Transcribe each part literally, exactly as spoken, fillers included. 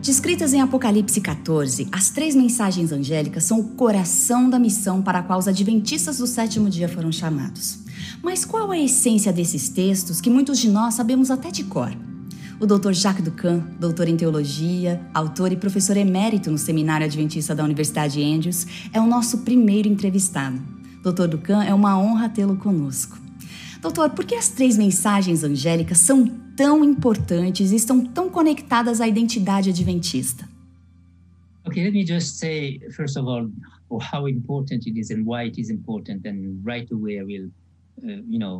Descritas em Apocalipse quatorze, as três mensagens angélicas são o coração da missão para a qual os adventistas do sétimo dia foram chamados. Mas qual a essência desses textos que muitos de nós sabemos até de cor? O doutor Jacques Ducan, doutor em teologia, autor e professor emérito no Seminário Adventista da Universidade Andrews, é o nosso primeiro entrevistado. doutor Ducan, é uma honra tê-lo conosco. Doutor, por que as três mensagens angélicas são tão importantes e estão tão conectadas à identidade adventista? Okay, let me just say, first of all, how important it is and why it is important, and right away I will, uh, you know,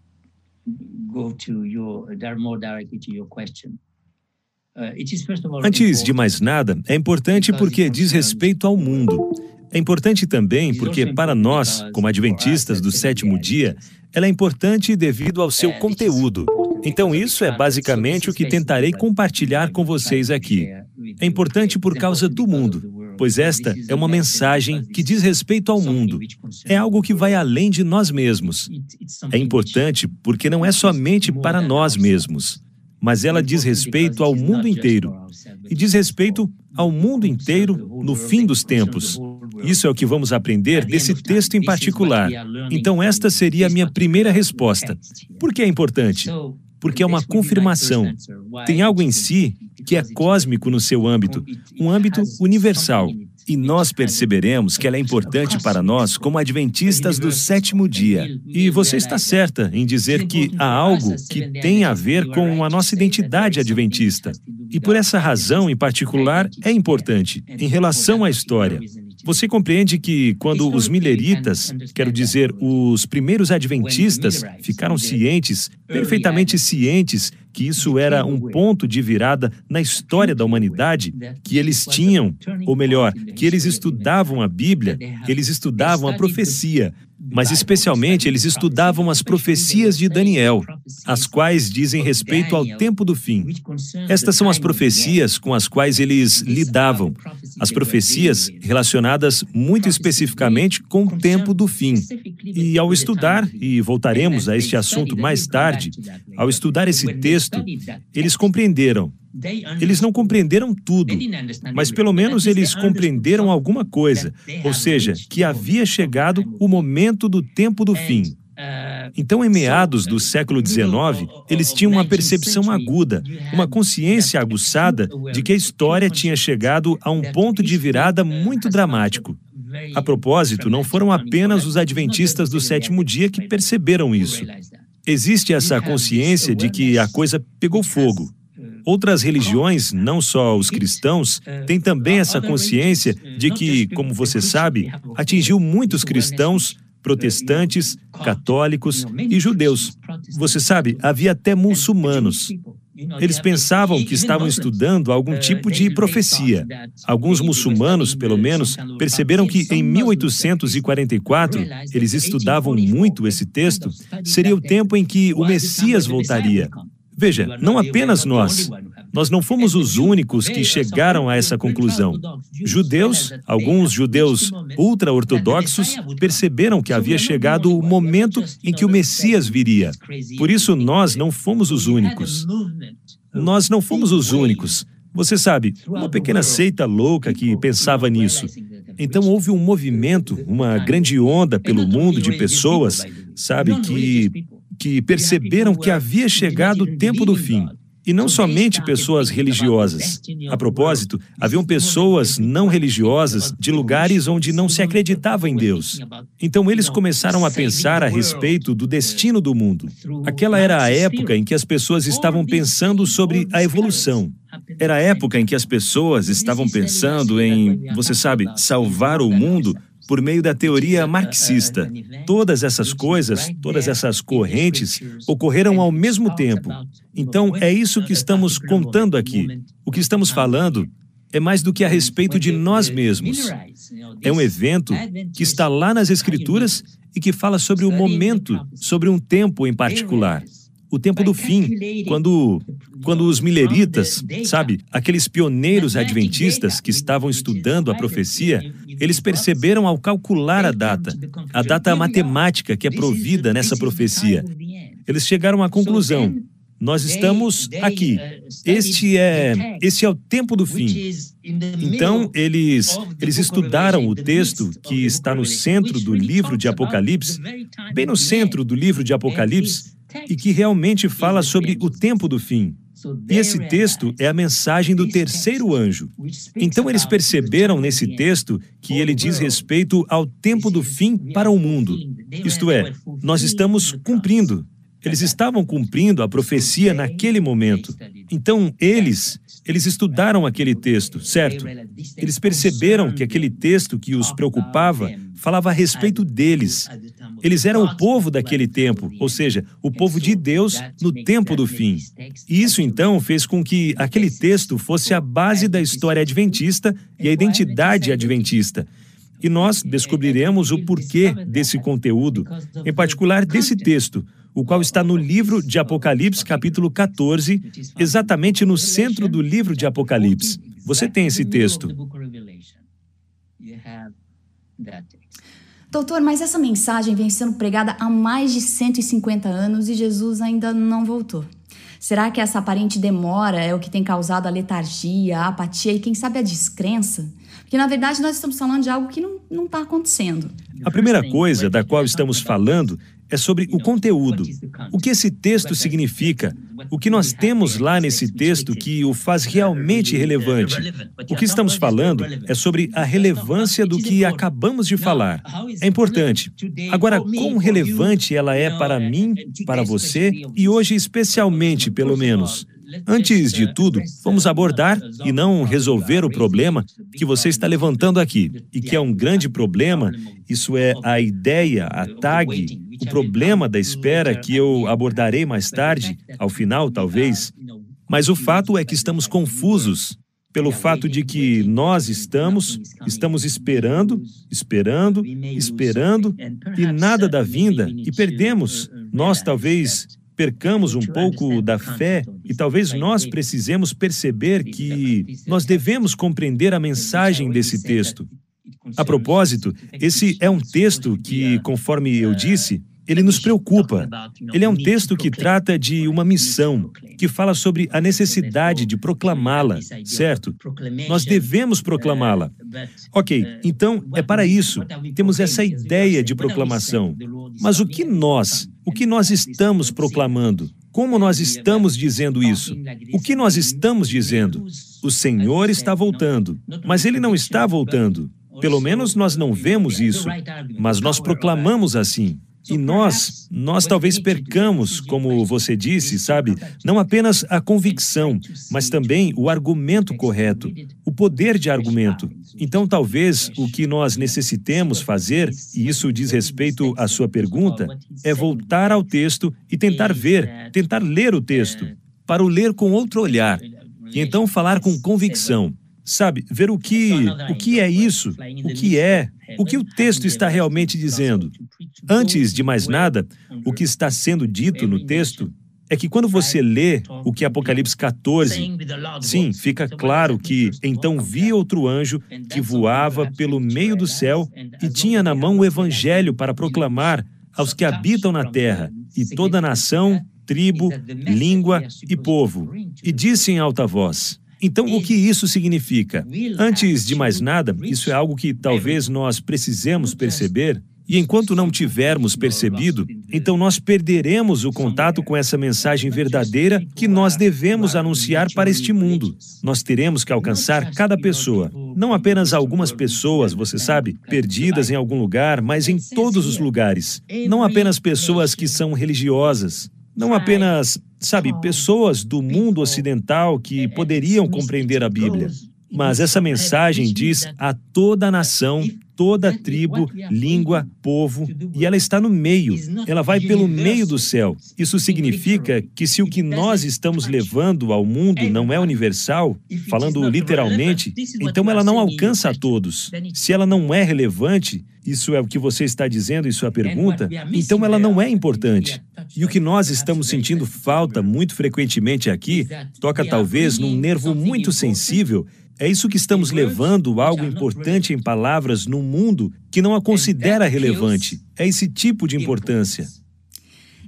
go to your, more directly to your question. Uh, it is first of all Antes de mais nada, é importante porque diz respeito ao mundo. É importante também porque, para nós, como adventistas do sétimo dia, ela é importante devido ao seu conteúdo. Então, isso é basicamente o que tentarei compartilhar com vocês aqui. É importante por causa do mundo, pois esta é uma mensagem que diz respeito ao mundo. É algo que vai além de nós mesmos. É importante porque não é somente para nós mesmos, mas ela diz respeito ao mundo inteiro. E diz respeito ao mundo inteiro no fim dos tempos. Isso é o que vamos aprender desse texto em particular. Então, esta seria a minha primeira resposta. Por que é importante? Porque é uma confirmação. Tem algo em si que é cósmico no seu âmbito, um âmbito universal. E nós perceberemos que ela é importante para nós como adventistas do sétimo dia. E você está certa em dizer que há algo que tem a ver com a nossa identidade adventista. E por essa razão, em particular, é importante, em relação à história. Você compreende que quando os mileritas, quero dizer, os primeiros adventistas, ficaram cientes, perfeitamente cientes, que isso era um ponto de virada na história da humanidade, que eles tinham, ou melhor, que eles estudavam a Bíblia, eles estudavam a profecia, mas especialmente eles estudavam as profecias de Daniel, as quais dizem respeito ao tempo do fim. Estas são as profecias com as quais eles lidavam, as profecias relacionadas muito especificamente com o tempo do fim. E ao estudar, e voltaremos a este assunto mais tarde, ao estudar esse texto, eles compreenderam. Eles não compreenderam tudo, mas pelo menos eles compreenderam alguma coisa, ou seja, que havia chegado o momento do tempo do fim. Então, em meados do século dezenove, eles tinham uma percepção aguda, uma consciência aguçada de que a história tinha chegado a um ponto de virada muito dramático. A propósito, não foram apenas os adventistas do sétimo dia que perceberam isso. Existe essa consciência de que a coisa pegou fogo. Outras religiões, não só os cristãos, têm também essa consciência de que, como você sabe, atingiu muitos cristãos, protestantes, católicos e judeus. Você sabe, havia até muçulmanos. Eles pensavam que estavam estudando algum tipo de profecia. Alguns muçulmanos, pelo menos, perceberam que em mil oitocentos e quarenta e quatro, eles estudavam muito esse texto, seria o tempo em que o Messias voltaria. Veja, não apenas nós. Nós não fomos os únicos que chegaram a essa conclusão. Judeus, alguns judeus ultra-ortodoxos, perceberam que havia chegado o momento em que o Messias viria. Por isso, nós não fomos os únicos. Nós não fomos os únicos. Você sabe, uma pequena seita louca que pensava nisso. Então, houve um movimento, uma grande onda pelo mundo de pessoas, sabe, que... que perceberam que havia chegado o tempo do fim. E não somente pessoas religiosas. A propósito, haviam pessoas não religiosas de lugares onde não se acreditava em Deus. Então eles começaram a pensar a respeito do destino do mundo. Aquela era a época em que as pessoas estavam pensando sobre a evolução. Era a época em que as pessoas estavam pensando em, você sabe, salvar o mundo por meio da teoria marxista. Todas essas coisas, todas essas correntes, ocorreram ao mesmo tempo. Então, é isso que estamos contando aqui. O que estamos falando é mais do que a respeito de nós mesmos. É um evento que está lá nas Escrituras e que fala sobre o momento, sobre um tempo em particular. O tempo do fim, quando, quando os mileritas, sabe, aqueles pioneiros adventistas que estavam estudando a profecia, eles perceberam ao calcular a data, a data matemática que é provida nessa profecia. Eles chegaram à conclusão, Nós estamos aqui. Este é, este é o tempo do fim. Então, eles, eles estudaram o texto que está no centro do livro de Apocalipse, bem no centro do livro de Apocalipse, e que realmente fala sobre o tempo do fim. E esse texto é a mensagem do terceiro anjo. Então, eles perceberam nesse texto que ele diz respeito ao tempo do fim para o mundo. Isto é, nós estamos cumprindo. Eles estavam cumprindo a profecia naquele momento. Então, eles, eles estudaram aquele texto, certo? Eles perceberam que aquele texto que os preocupava falava a respeito deles. Eles eram o povo daquele tempo, ou seja, o povo de Deus no tempo do fim. E isso, então, fez com que aquele texto fosse a base da história adventista e a identidade adventista. E nós descobriremos o porquê desse conteúdo, em particular desse texto, o qual está no livro de Apocalipse, capítulo quatorze, exatamente no centro do livro de Apocalipse. Você tem esse texto. Doutor, mas essa mensagem vem sendo pregada há mais de cento e cinquenta anos e Jesus ainda não voltou. Será que essa aparente demora é o que tem causado a letargia, a apatia e, quem sabe, a descrença? Porque, na verdade, nós estamos falando de algo que não está acontecendo. A primeira coisa da qual estamos falando é sobre o conteúdo. O que esse texto significa? O que nós temos lá nesse texto que o faz realmente relevante? O que estamos falando é sobre a relevância do que acabamos de falar. É importante. Agora, quão relevante ela é para mim, para você e hoje especialmente, pelo menos? Antes de tudo, vamos abordar e não resolver o problema que você está levantando aqui, e que é um grande problema, isso é a ideia, a tag, o problema da espera que eu abordarei mais tarde, ao final, talvez. Mas o fato é que estamos confusos pelo fato de que nós estamos, estamos esperando, esperando, esperando, e nada da vinda, e perdemos. Nós talvez percamos um pouco da fé e talvez nós precisemos perceber que nós devemos compreender a mensagem desse texto. A propósito, esse é um texto que, conforme eu disse, ele nos preocupa. Ele é um texto que trata de uma missão, que fala sobre a necessidade de proclamá-la, certo? Nós devemos proclamá-la. Ok, então é para isso. Temos essa ideia de proclamação. Mas o que nós, o que nós estamos proclamando? Como nós estamos dizendo isso? O que nós estamos dizendo? O Senhor está voltando, mas Ele não está voltando. Pelo menos nós não vemos isso, mas nós proclamamos assim. E nós, nós talvez percamos, como você disse, sabe, não apenas a convicção, mas também o argumento correto, o poder de argumento. Então, talvez o que nós necessitemos fazer, e isso diz respeito à sua pergunta, é voltar ao texto e tentar ver, tentar ler o texto, para o ler com outro olhar, e então falar com convicção. Sabe, ver o que, o que é isso, o que é, o que o texto está realmente dizendo. Antes de mais nada, o que está sendo dito no texto é que quando você lê o que Apocalipse quatorze, sim, fica claro que então vi outro anjo que voava pelo meio do céu e tinha na mão o evangelho para proclamar aos que habitam na terra, e toda nação, tribo, língua e povo, e disse em alta voz. Então, o que isso significa? Antes de mais nada, isso é algo que talvez nós precisemos perceber, e enquanto não tivermos percebido, então nós perderemos o contato com essa mensagem verdadeira que nós devemos anunciar para este mundo. Nós teremos que alcançar cada pessoa, não apenas algumas pessoas, você sabe, perdidas em algum lugar, mas em todos os lugares. Não apenas pessoas que são religiosas, não apenas, sabe, pessoas do mundo ocidental que poderiam compreender a Bíblia. Mas essa mensagem diz a toda a nação, toda a tribo, língua, povo, e ela está no meio, ela vai pelo meio do céu. Isso significa que se o que nós estamos levando ao mundo não é universal, falando literalmente, então ela não alcança a todos. Se ela não é relevante, isso é o que você está dizendo em sua pergunta, então ela não é importante. E o que nós estamos sentindo falta muito frequentemente aqui, toca talvez num nervo muito sensível, é isso que estamos levando algo importante em palavras num mundo que não a considera relevante. É esse tipo de importância.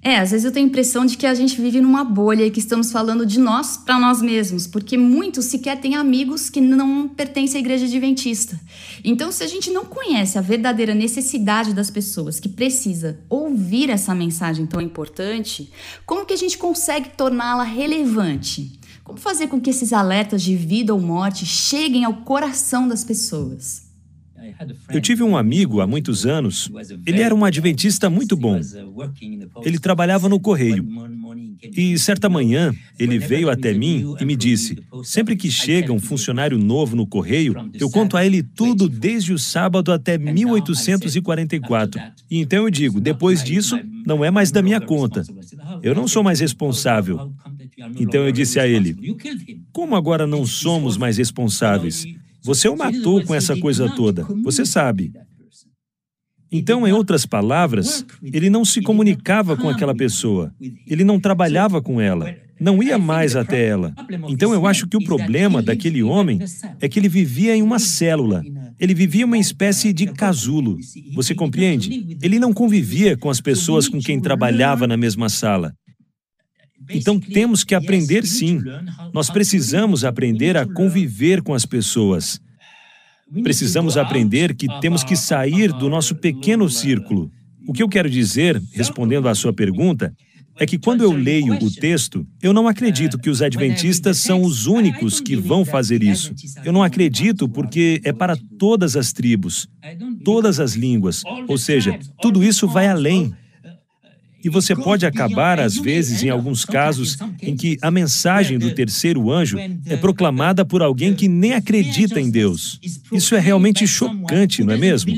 É, às vezes eu tenho a impressão de que a gente vive numa bolha e que estamos falando de nós para nós mesmos, porque muitos sequer têm amigos que não pertencem à igreja adventista. Então, se a gente não conhece a verdadeira necessidade das pessoas que precisa ouvir essa mensagem tão importante, como que a gente consegue torná-la relevante? Como fazer com que esses alertas de vida ou morte cheguem ao coração das pessoas? Eu tive um amigo há muitos anos. Ele era um adventista muito bom. Ele trabalhava no correio. E certa manhã, ele veio até mim e me disse: sempre que chega um funcionário novo no correio, eu conto a ele tudo desde o sábado até mil oitocentos e quarenta e quatro. E então eu digo: depois disso, não é mais da minha conta. Eu não sou mais responsável. Então eu disse a ele: como agora não somos mais responsáveis? Você o matou com essa coisa toda, você sabe. Então, em outras palavras, ele não se comunicava com aquela pessoa. Ele não trabalhava com ela. Não ia mais até ela. Então, eu acho que o problema daquele homem é que ele vivia em uma célula. Ele vivia uma espécie de casulo. Você compreende? Ele não convivia com as pessoas com quem trabalhava na mesma sala. Então, temos que aprender, sim. Nós precisamos aprender a conviver com as pessoas. Precisamos aprender que temos que sair do nosso pequeno círculo. O que eu quero dizer, respondendo à sua pergunta, é que quando eu leio o texto, eu não acredito que os adventistas são os únicos que vão fazer isso. Eu não acredito porque é para todas as tribos, todas as línguas, ou seja, tudo isso vai além. E você pode acabar, às vezes, em alguns casos, em que a mensagem do terceiro anjo é proclamada por alguém que nem acredita em Deus. Isso é realmente chocante, não é mesmo?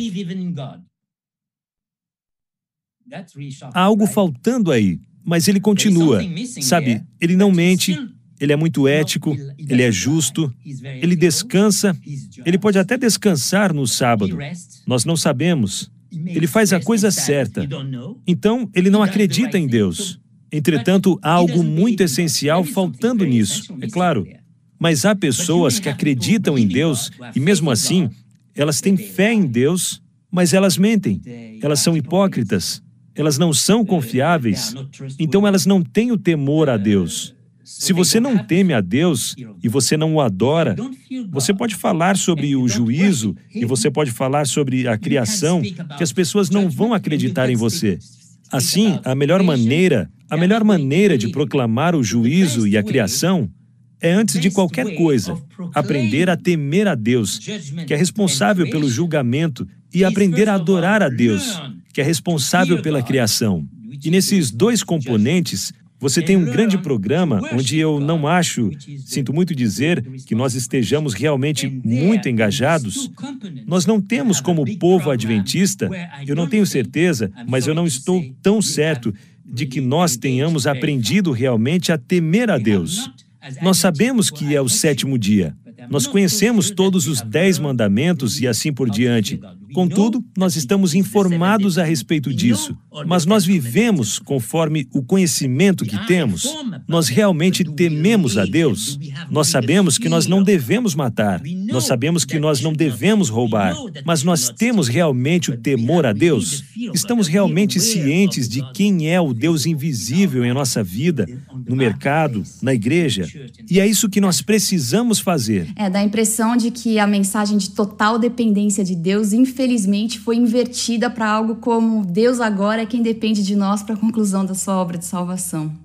Há algo faltando aí, mas ele continua. Sabe, ele não mente, ele é muito ético, ele é justo, ele descansa, ele pode até descansar no sábado. Nós não sabemos. Ele faz a coisa certa. Então, ele não acredita em Deus. Entretanto, há algo muito essencial faltando nisso, é claro. Mas há pessoas que acreditam em Deus e, mesmo assim, elas têm fé em Deus, mas elas mentem. Elas são hipócritas. Elas não são confiáveis. Então, elas não têm o temor a Deus. Se você não teme a Deus e você não o adora, você pode falar sobre o juízo e você pode falar sobre a criação, que as pessoas não vão acreditar em você. Assim, a melhor maneira, a melhor maneira de proclamar o juízo e a criação é, antes de qualquer coisa, aprender a temer a Deus, que é responsável pelo julgamento, e aprender a adorar a Deus, que é responsável pela criação. E nesses dois componentes, você tem um grande programa onde eu não acho, sinto muito dizer, que nós estejamos realmente muito engajados. Nós não temos como povo adventista, eu não tenho certeza, mas eu não estou tão certo de que nós tenhamos aprendido realmente a temer a Deus. Nós sabemos que é o sétimo dia. Nós conhecemos todos os dez mandamentos e assim por diante. Contudo, nós estamos informados a respeito disso, mas nós vivemos conforme o conhecimento que temos. Nós realmente tememos a Deus. Nós sabemos que nós não devemos matar. Nós sabemos que nós não devemos roubar. Mas nós temos realmente o temor a Deus? Estamos realmente cientes de quem é o Deus invisível em nossa vida, no mercado, na igreja? E é isso que nós precisamos fazer. É, dá a impressão de que a mensagem de total dependência de Deus, infelizmente, foi invertida para algo como Deus agora é quem depende de nós para a conclusão da sua obra de salvação.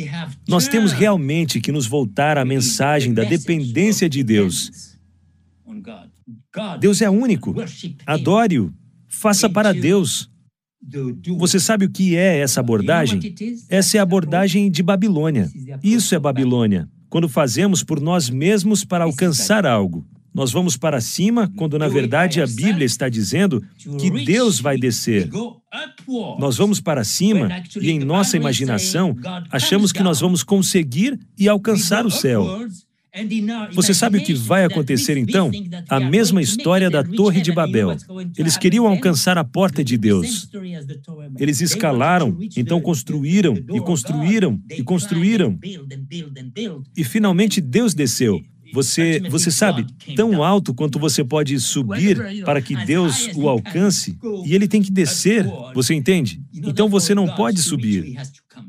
Nós temos realmente que nos voltar à mensagem da dependência de Deus. Deus é único. Adore-o. Faça para Deus. Você sabe o que é essa abordagem? Essa é a abordagem de Babilônia. Isso é Babilônia. Quando fazemos por nós mesmos para alcançar algo. Nós vamos para cima, quando na verdade a Bíblia está dizendo que Deus vai descer. Nós vamos para cima e em nossa imaginação achamos que nós vamos conseguir e alcançar o céu. Você sabe o que vai acontecer então? A mesma história da Torre de Babel. Eles queriam alcançar a porta de Deus. Eles escalaram, então construíram, e construíram, e construíram. E finalmente Deus desceu. Você, você sabe, tão alto quanto você pode subir para que Deus o alcance, e ele tem que descer, você entende? Então você não pode subir.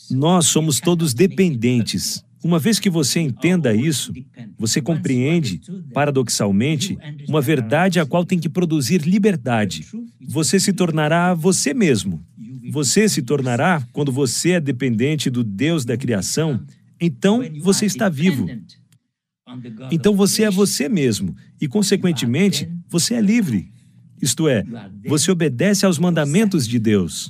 Nós somos todos dependentes. Uma vez que você entenda isso, você compreende, paradoxalmente, uma verdade a qual tem que produzir liberdade. Você se tornará você mesmo. Você se tornará, quando você é dependente do Deus da criação, então você está vivo. Então você é você mesmo e, consequentemente, você é livre. Isto é, você obedece aos mandamentos de Deus.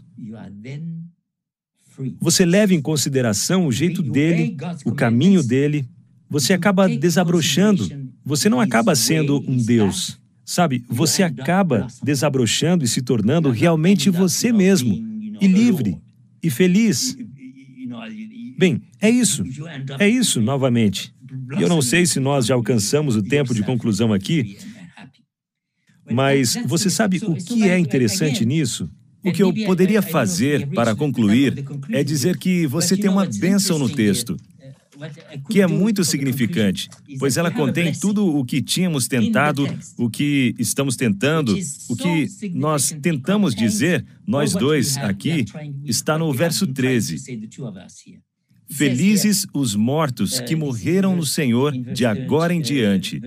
Você leva em consideração o jeito dele, o caminho dele. Você acaba desabrochando. Você não acaba sendo um Deus. Sabe, você acaba desabrochando e se tornando realmente você mesmo, e livre, e feliz. Bem, é isso. É isso, novamente. E eu não sei se nós já alcançamos o tempo de conclusão aqui, mas você sabe o que é interessante nisso? O que eu poderia fazer para concluir é dizer que você tem uma bênção no texto, que é muito significante, pois ela contém tudo o que tínhamos tentado, o que estamos tentando, o que nós tentamos dizer, nós dois aqui, está no verso treze. Felizes os mortos que morreram no Senhor de agora em diante.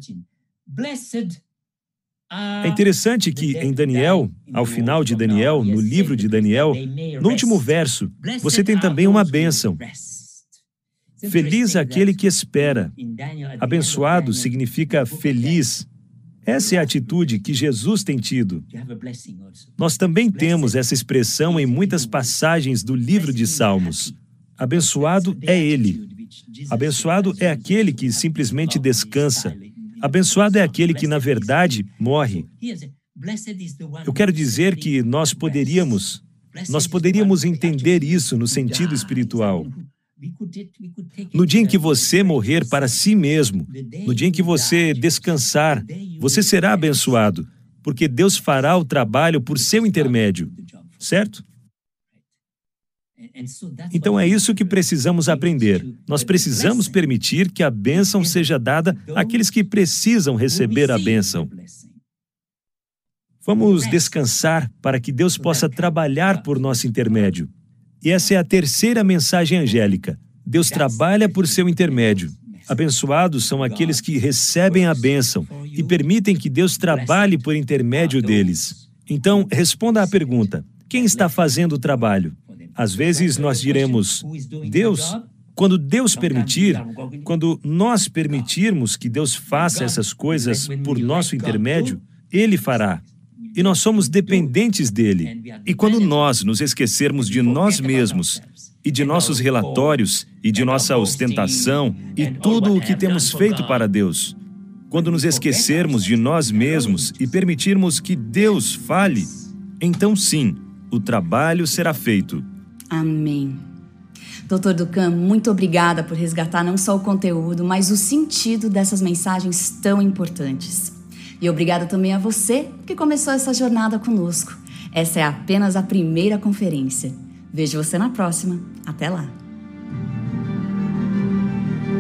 É interessante que em Daniel, ao final de Daniel, no livro de Daniel, no último verso, você tem também uma bênção. Feliz aquele que espera. Abençoado significa feliz. Essa é a atitude que Jesus tem tido. Nós também temos essa expressão em muitas passagens do livro de Salmos. Abençoado é ele. Abençoado é aquele que simplesmente descansa. Abençoado é aquele que, na verdade, morre. Eu quero dizer que nós poderíamos, nós poderíamos entender isso no sentido espiritual. No dia em que você morrer para si mesmo, no dia em que você descansar, você será abençoado, porque Deus fará o trabalho por seu intermédio, certo? Então é isso que precisamos aprender. Nós precisamos permitir que a bênção seja dada àqueles que precisam receber a bênção. Vamos descansar para que Deus possa trabalhar por nosso intermédio. E essa é a terceira mensagem angélica. Deus trabalha por seu intermédio. Abençoados são aqueles que recebem a bênção e permitem que Deus trabalhe por intermédio deles. Então, responda à pergunta: quem está fazendo o trabalho? Às vezes nós diremos, Deus. Quando Deus permitir, quando nós permitirmos que Deus faça essas coisas por nosso intermédio, Ele fará. E nós somos dependentes dele. E quando nós nos esquecermos de nós mesmos, e de nossos relatórios, e de nossa ostentação, e tudo o que temos feito para Deus, quando nos esquecermos de nós mesmos e permitirmos que Deus fale, então sim, o trabalho será feito. Amém. doutor Ducan, muito obrigada por resgatar não só o conteúdo, mas o sentido dessas mensagens tão importantes. E obrigada também a você que começou essa jornada conosco. Essa é apenas a primeira conferência. Vejo você na próxima. Até lá!